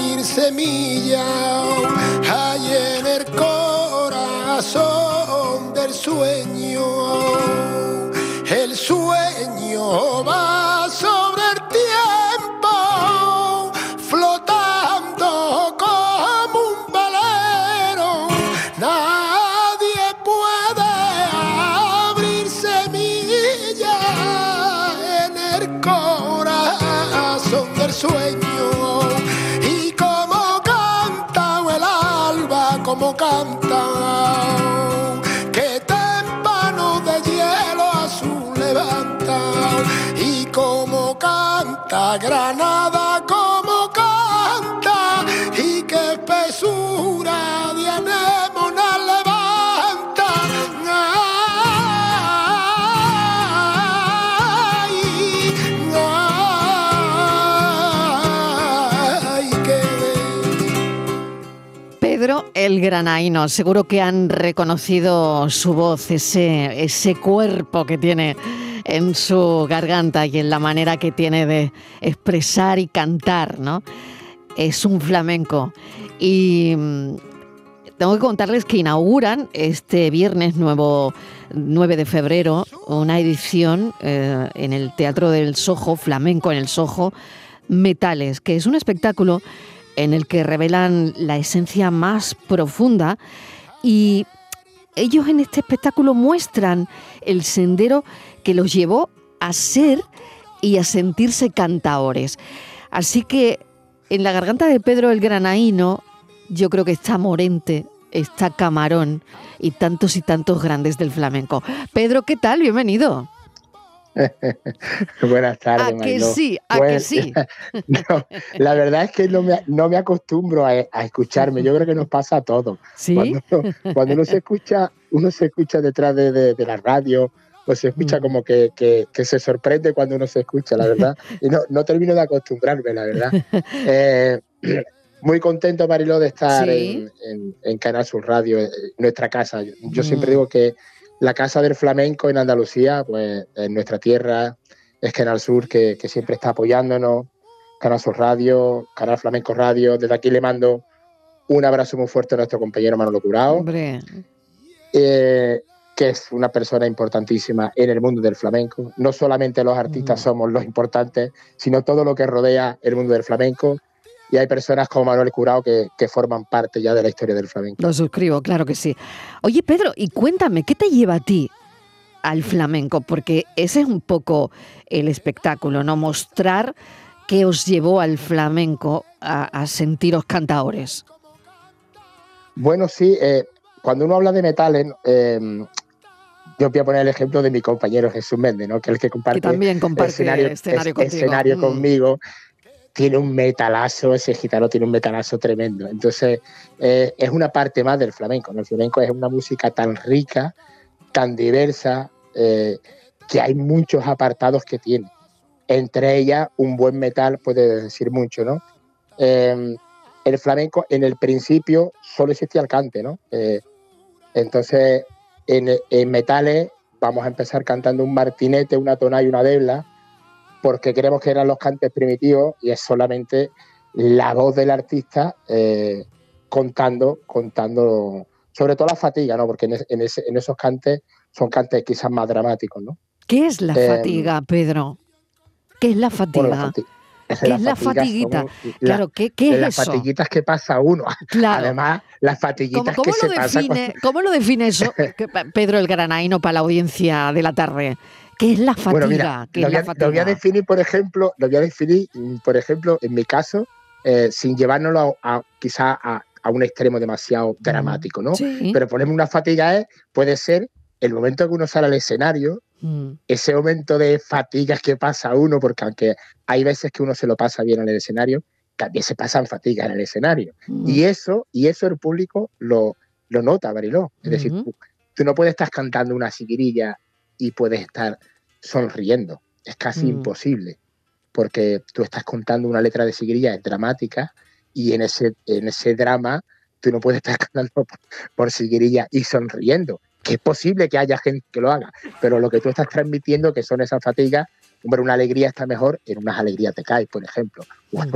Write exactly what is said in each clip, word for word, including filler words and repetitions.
abrir semilla hay en el corazón del sueño. El sueño va sobre el tiempo, flotando como un velero. Nadie puede abrir semilla en el corazón del sueño. Y como canta el alba, como canta, que témpano de hielo azul levanta. Y como canta Granada, como canta, y qué espesura de anémona levanta. Ay, ay, qué... Pedro el Granaíno, seguro que han reconocido su voz, ese, ese cuerpo que tiene en su garganta y en la manera que tiene de expresar y cantar, ¿no? Es un flamenco. Y mm, tengo que contarles que inauguran este viernes nuevo, nueve de febrero una edición eh, en el Teatro del Sojo, Flamenco en el Sojo, Metales, que es un espectáculo en el que revelan la esencia más profunda, y ellos en este espectáculo muestran el sendero que los llevó a ser y a sentirse cantaores. Así que en la garganta de Pedro el Granaíno yo creo que está Morente, está Camarón y tantos y tantos grandes del flamenco. Pedro, ¿qué tal? Bienvenido. Buenas tardes, ¿A que Mariló. sí? ¿A Pues, que sí? no, la verdad es que no me, no me acostumbro a, a escucharme. Yo creo que nos pasa a todos. ¿Sí? Cuando, cuando uno se escucha, uno se escucha detrás de, de, de la radio, pues se escucha Mm. como que, que, que se sorprende cuando uno se escucha, la verdad. Y no, no termino de acostumbrarme, la verdad. Eh, muy contento, Mariló, de estar Sí. en, en, en Canal Sur Radio, en nuestra casa. Yo, yo Mm. siempre digo que la casa del flamenco en Andalucía, pues en nuestra tierra, es Canal Sur, que, que siempre está apoyándonos. Canal Sur Radio, Canal Flamenco Radio. Desde aquí le mando un abrazo muy fuerte a nuestro compañero Manolo Curao, Hombre, eh, que es una persona importantísima en el mundo del flamenco. No solamente los artistas Mm. somos los importantes, sino todo lo que rodea el mundo del flamenco. Y hay personas como Manuel Curao que, que forman parte ya de la historia del flamenco. lo suscribo, claro que sí. Oye, Pedro, y cuéntame, ¿qué te lleva a ti al flamenco? Porque ese es un poco el espectáculo, ¿no? Mostrar qué os llevó al flamenco a, a sentiros cantaores. Bueno, sí, eh, cuando uno habla de metales, eh, yo voy a poner el ejemplo de mi compañero Jesús Méndez, ¿no? Que es el que comparte, Que también comparte escenario, escenario es- contigo. escenario Mm. conmigo. Tiene un metalazo, ese gitano tiene un metalazo tremendo. Entonces, eh, es una parte más del flamenco, ¿no? El flamenco es una música tan rica, tan diversa, eh, que hay muchos apartados que tiene. Entre ellas, un buen metal puede decir mucho, ¿no? Eh, el flamenco, en el principio, solo existía el cante, ¿no? Eh, entonces, en, en metales, vamos a empezar cantando un martinete, una tonada y una debla, porque creemos que eran los cantes primitivos y es solamente la voz del artista eh, contando, contando, sobre todo la fatiga, ¿no? Porque en, es- en ese- en esos cantes son cantes quizás más dramáticos, ¿no? ¿Qué es la Eh, fatiga, Pedro? ¿Qué es la Bueno, la fatiga? fatiga. ¿Qué es la fatiguita? Claro, ¿qué, qué es las eso? fatiguitas que pasa uno. Claro. Además, las ¿Cómo, fatiguitas cómo que lo se pasan. define, ¿Cómo lo define eso, que- Pedro el Granaíno, para la audiencia de la tarde? ¿Qué es la fatiga? Bueno, mira, ¿Qué lo es voy, la a, fatiga? lo voy a definir, por ejemplo, lo voy a definir, mm, por ejemplo, en mi caso, eh, sin llevárnoslo a, a- quizá a, a un extremo demasiado dramático, ¿no? Sí. Pero ponerme una fatiga es, puede ser el momento que uno sale al escenario, Mm. ese momento de fatigas que pasa uno, porque aunque hay veces que uno se lo pasa bien en el escenario, también se pasan fatigas en el escenario. Mm. Y eso, y eso el público lo, lo nota, Mariló. Es decir, Ujú. tú, tú no puedes estar cantando una seguirilla y puedes estar sonriendo. Es casi Mm. imposible, porque tú estás contando una letra de seguirilla, es dramática, y en ese, en ese drama tú no puedes estar cantando por, por seguirilla y sonriendo. Que es posible que haya gente que lo haga, pero lo que tú estás transmitiendo, que son esas fatigas, hombre, una alegría está mejor, en unas alegrías te caes, por ejemplo, o en, Mm. una,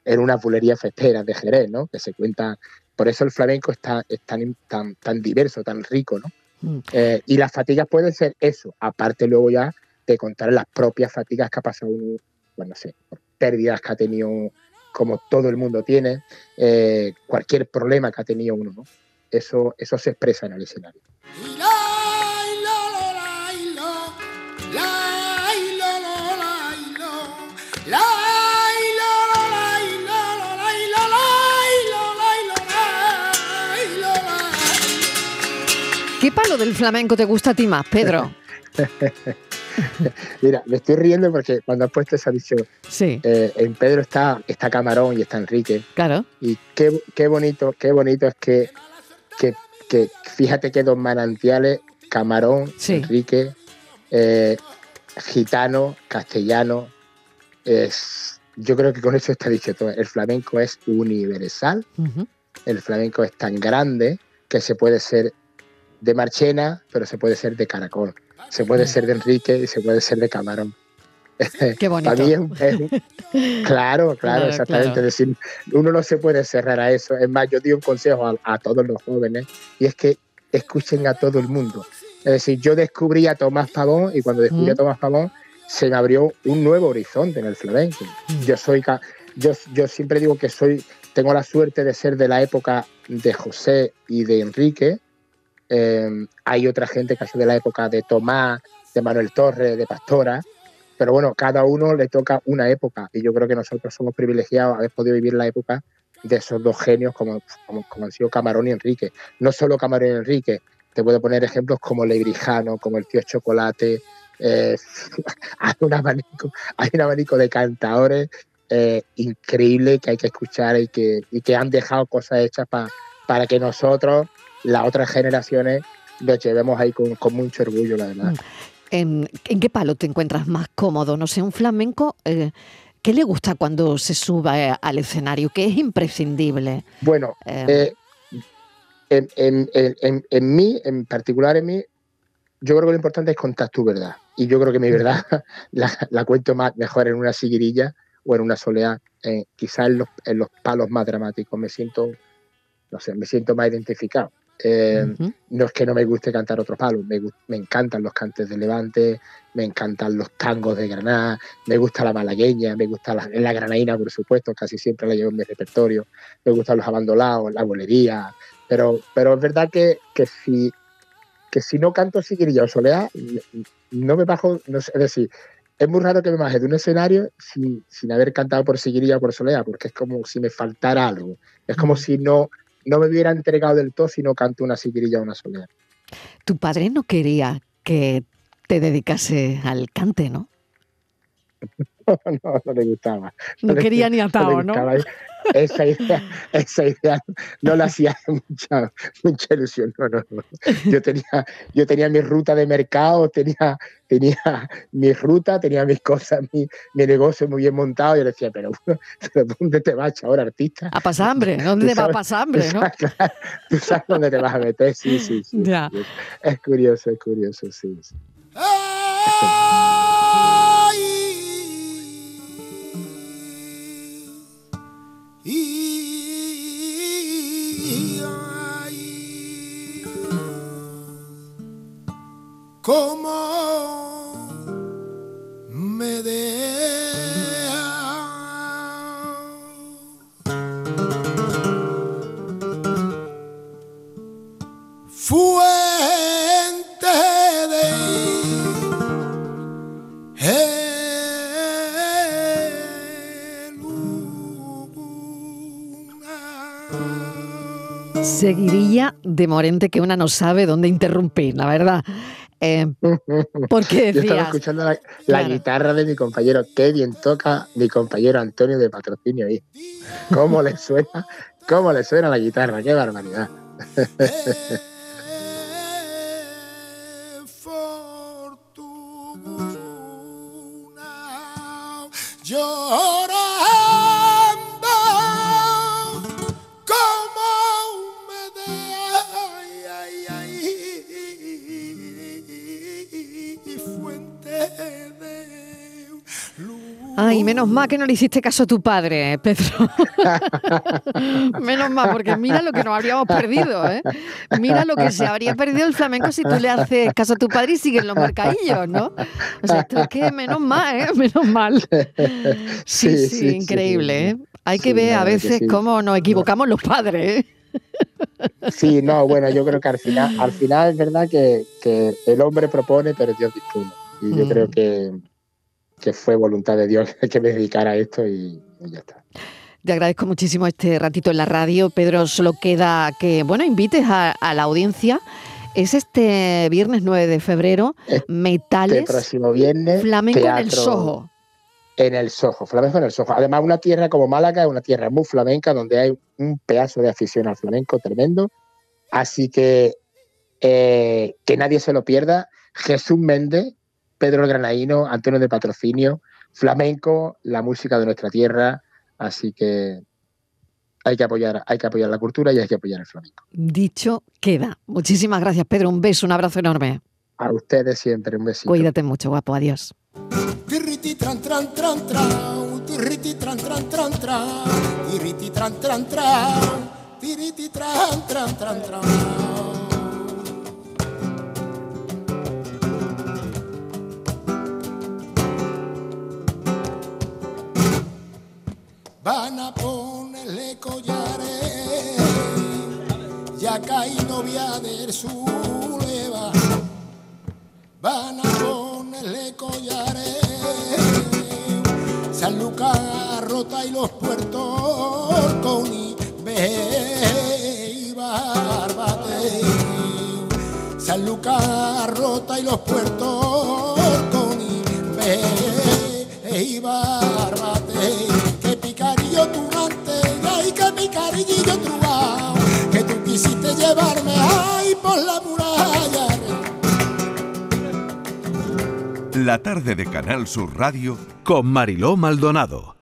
en una bulería festera de Jerez, ¿no? Que se cuenta, por eso el flamenco está, es tan, tan, tan diverso, tan rico, ¿no? Mm. Eh, y las fatigas pueden ser eso, aparte luego ya de contar las propias fatigas que ha pasado uno, bueno, no sé, pérdidas que ha tenido, como todo el mundo tiene, eh, cualquier problema que ha tenido uno, ¿no? Eso, eso se expresa en el escenario. ¿Qué palo del flamenco te gusta a ti más, Pedro? Mira, me estoy riendo porque cuando has puesto esa visión, sí. eh, en Pedro está, está Camarón y está Enrique. Claro. Y qué, qué bonito, qué bonito es que, que, que fíjate que dos manantiales, Camarón, sí. Enrique, eh, gitano, castellano, es, yo creo que con eso está dicho todo. El flamenco es universal, uh-huh. El flamenco es tan grande que se puede ser de Marchena, pero se puede ser de Caracol, se puede ser de Enrique y se puede ser de Camarón. Qué bonito. Para mí es, un, es un, claro, claro, claro, exactamente. Claro. Es decir, uno no se puede cerrar a eso. Es más, yo doy un consejo a, a todos los jóvenes y es que escuchen a todo el mundo. Es decir, yo descubrí a Tomás Pavón y cuando descubrí mm. a Tomás Pavón se me abrió un nuevo horizonte en el flamenco. Mm. Yo soy, yo, yo siempre digo que soy, tengo la suerte de ser de la época de José y de Enrique. Eh, hay otra gente que ha sido de la época de Tomás, de Manuel Torres, de Pastora, pero bueno, cada uno le toca una época y yo creo que nosotros somos privilegiados haber podido vivir la época de esos dos genios como, como, como han sido Camarón y Enrique. No solo Camarón y Enrique, te puedo poner ejemplos como Lebrijano, como el Tío Chocolate, eh, hay, un abanico, hay un abanico de cantadores eh, increíble que hay que escuchar y que, y que han dejado cosas hechas pa, para que nosotros, las otras generaciones, nos llevemos ahí con, con mucho orgullo, la verdad. ¿En, ¿En qué palo te encuentras más cómodo? No sé, un flamenco, eh, ¿qué le gusta cuando se suba al escenario? ¿Qué es imprescindible? Bueno, eh, eh, en, en, en, en mí, en particular en mí, yo creo que lo importante es contar tu verdad. Y yo creo que mi verdad la, la cuento más, mejor en una siguirilla o en una soleá, eh, quizás en los, en los palos más dramáticos. Me siento, no sé, me siento más identificado. Eh, uh-huh. No es que no me guste cantar otros palos, me, me encantan los cantes de Levante, me encantan los tangos de Granada, me gusta la malagueña, me gusta la, la granaína, por supuesto, casi siempre la llevo en mi repertorio, me gustan los abandolados, la bolería, pero, pero es verdad que, que, si, que si no canto siguirilla o soleá, no me bajo, no sé, es decir, es muy raro que me baje de un escenario sin, sin haber cantado por siguirilla o por soleá, porque es como si me faltara algo, es como uh-huh. si no... no me hubiera entregado del todo si no canto una siguirilla o una soleá. Tu padre no quería que te dedicase al cante, ¿no? No, no, no le gustaba. No, no quería le, ni atado, ¿no? ¿no? Esa idea, esa idea no le hacía mucha, mucha ilusión. No, no, no. Yo tenía, yo tenía mi ruta de mercado, tenía, tenía mi ruta, tenía mis cosas, mi, mi negocio muy bien montado. Y yo le decía, pero, pero ¿dónde te vas ahora, artista? A pasar hambre, ¿dónde te vas a pasar hambre, no? Sabes, tú sabes dónde te vas a meter, sí, sí, sí. Ya. Sí. Es curioso, es curioso, sí. sí. Como me deja fuente de luna. Seguiría de Morente que una no sabe dónde interrumpir, la verdad. Eh, porque decías, yo estaba escuchando la, la claro. guitarra de mi compañero, qué bien toca mi compañero Antonio de Patrocinio ahí. ¿Cómo le suena? ¿Cómo le suena la guitarra? ¡Qué barbaridad! Ay, menos mal que no le hiciste caso a tu padre, Pedro. Menos mal, porque mira lo que nos habríamos perdido, ¿eh? Mira lo que se habría perdido el flamenco si tú le haces caso a tu padre y sigues los mercadillos, ¿no? O sea, esto es que menos mal, ¿eh? Menos mal. Sí, sí, sí, sí increíble, sí, ¿eh? Hay que sí, ver a veces sí. cómo nos equivocamos los padres, ¿eh? Sí, no, bueno, yo creo que al final, al final es verdad que, que el hombre propone, pero Dios dispone. Y yo mm. creo que, que fue voluntad de Dios que me dedicara a esto y, y ya está. Te agradezco muchísimo este ratito en la radio. Pedro, solo queda que, bueno, invites a, a la audiencia. Es este viernes nueve de febrero, este Metales, próximo viernes, flamenco en el Soho. En el Soho, flamenco en el Soho. Además, una tierra como Málaga es una tierra muy flamenca, donde hay un pedazo de afición al flamenco tremendo. Así que eh, que nadie se lo pierda. Jesús Méndez, Pedro el Granaíno, Antonio de Patrocinio, flamenco, la música de nuestra tierra. Así que hay que apoyar, hay que apoyar la cultura y hay que apoyar el flamenco. Dicho queda. Muchísimas gracias, Pedro. Un beso, un abrazo enorme. A ustedes siempre, un besito. Cuídate mucho, guapo. Adiós. Tirriti tran tran tran tran, tirriti tran tran tran tran, tirriti tran tran tran, tirriti tran tran tran tran. Van a ponerle collares, ya caí novia del Zuleva. Van a ponerle collares, San Lucas, Rota y los puertos, Coni, Ve y Barbate. San Lucas, Rota y los puertos, Coni, Ve y Barbate. Que picarillo tu antes, ay que picarillo tu va, que tú quisiste llevarme ay por la muralla. La tarde de Canal Sur Radio con Mariló Maldonado.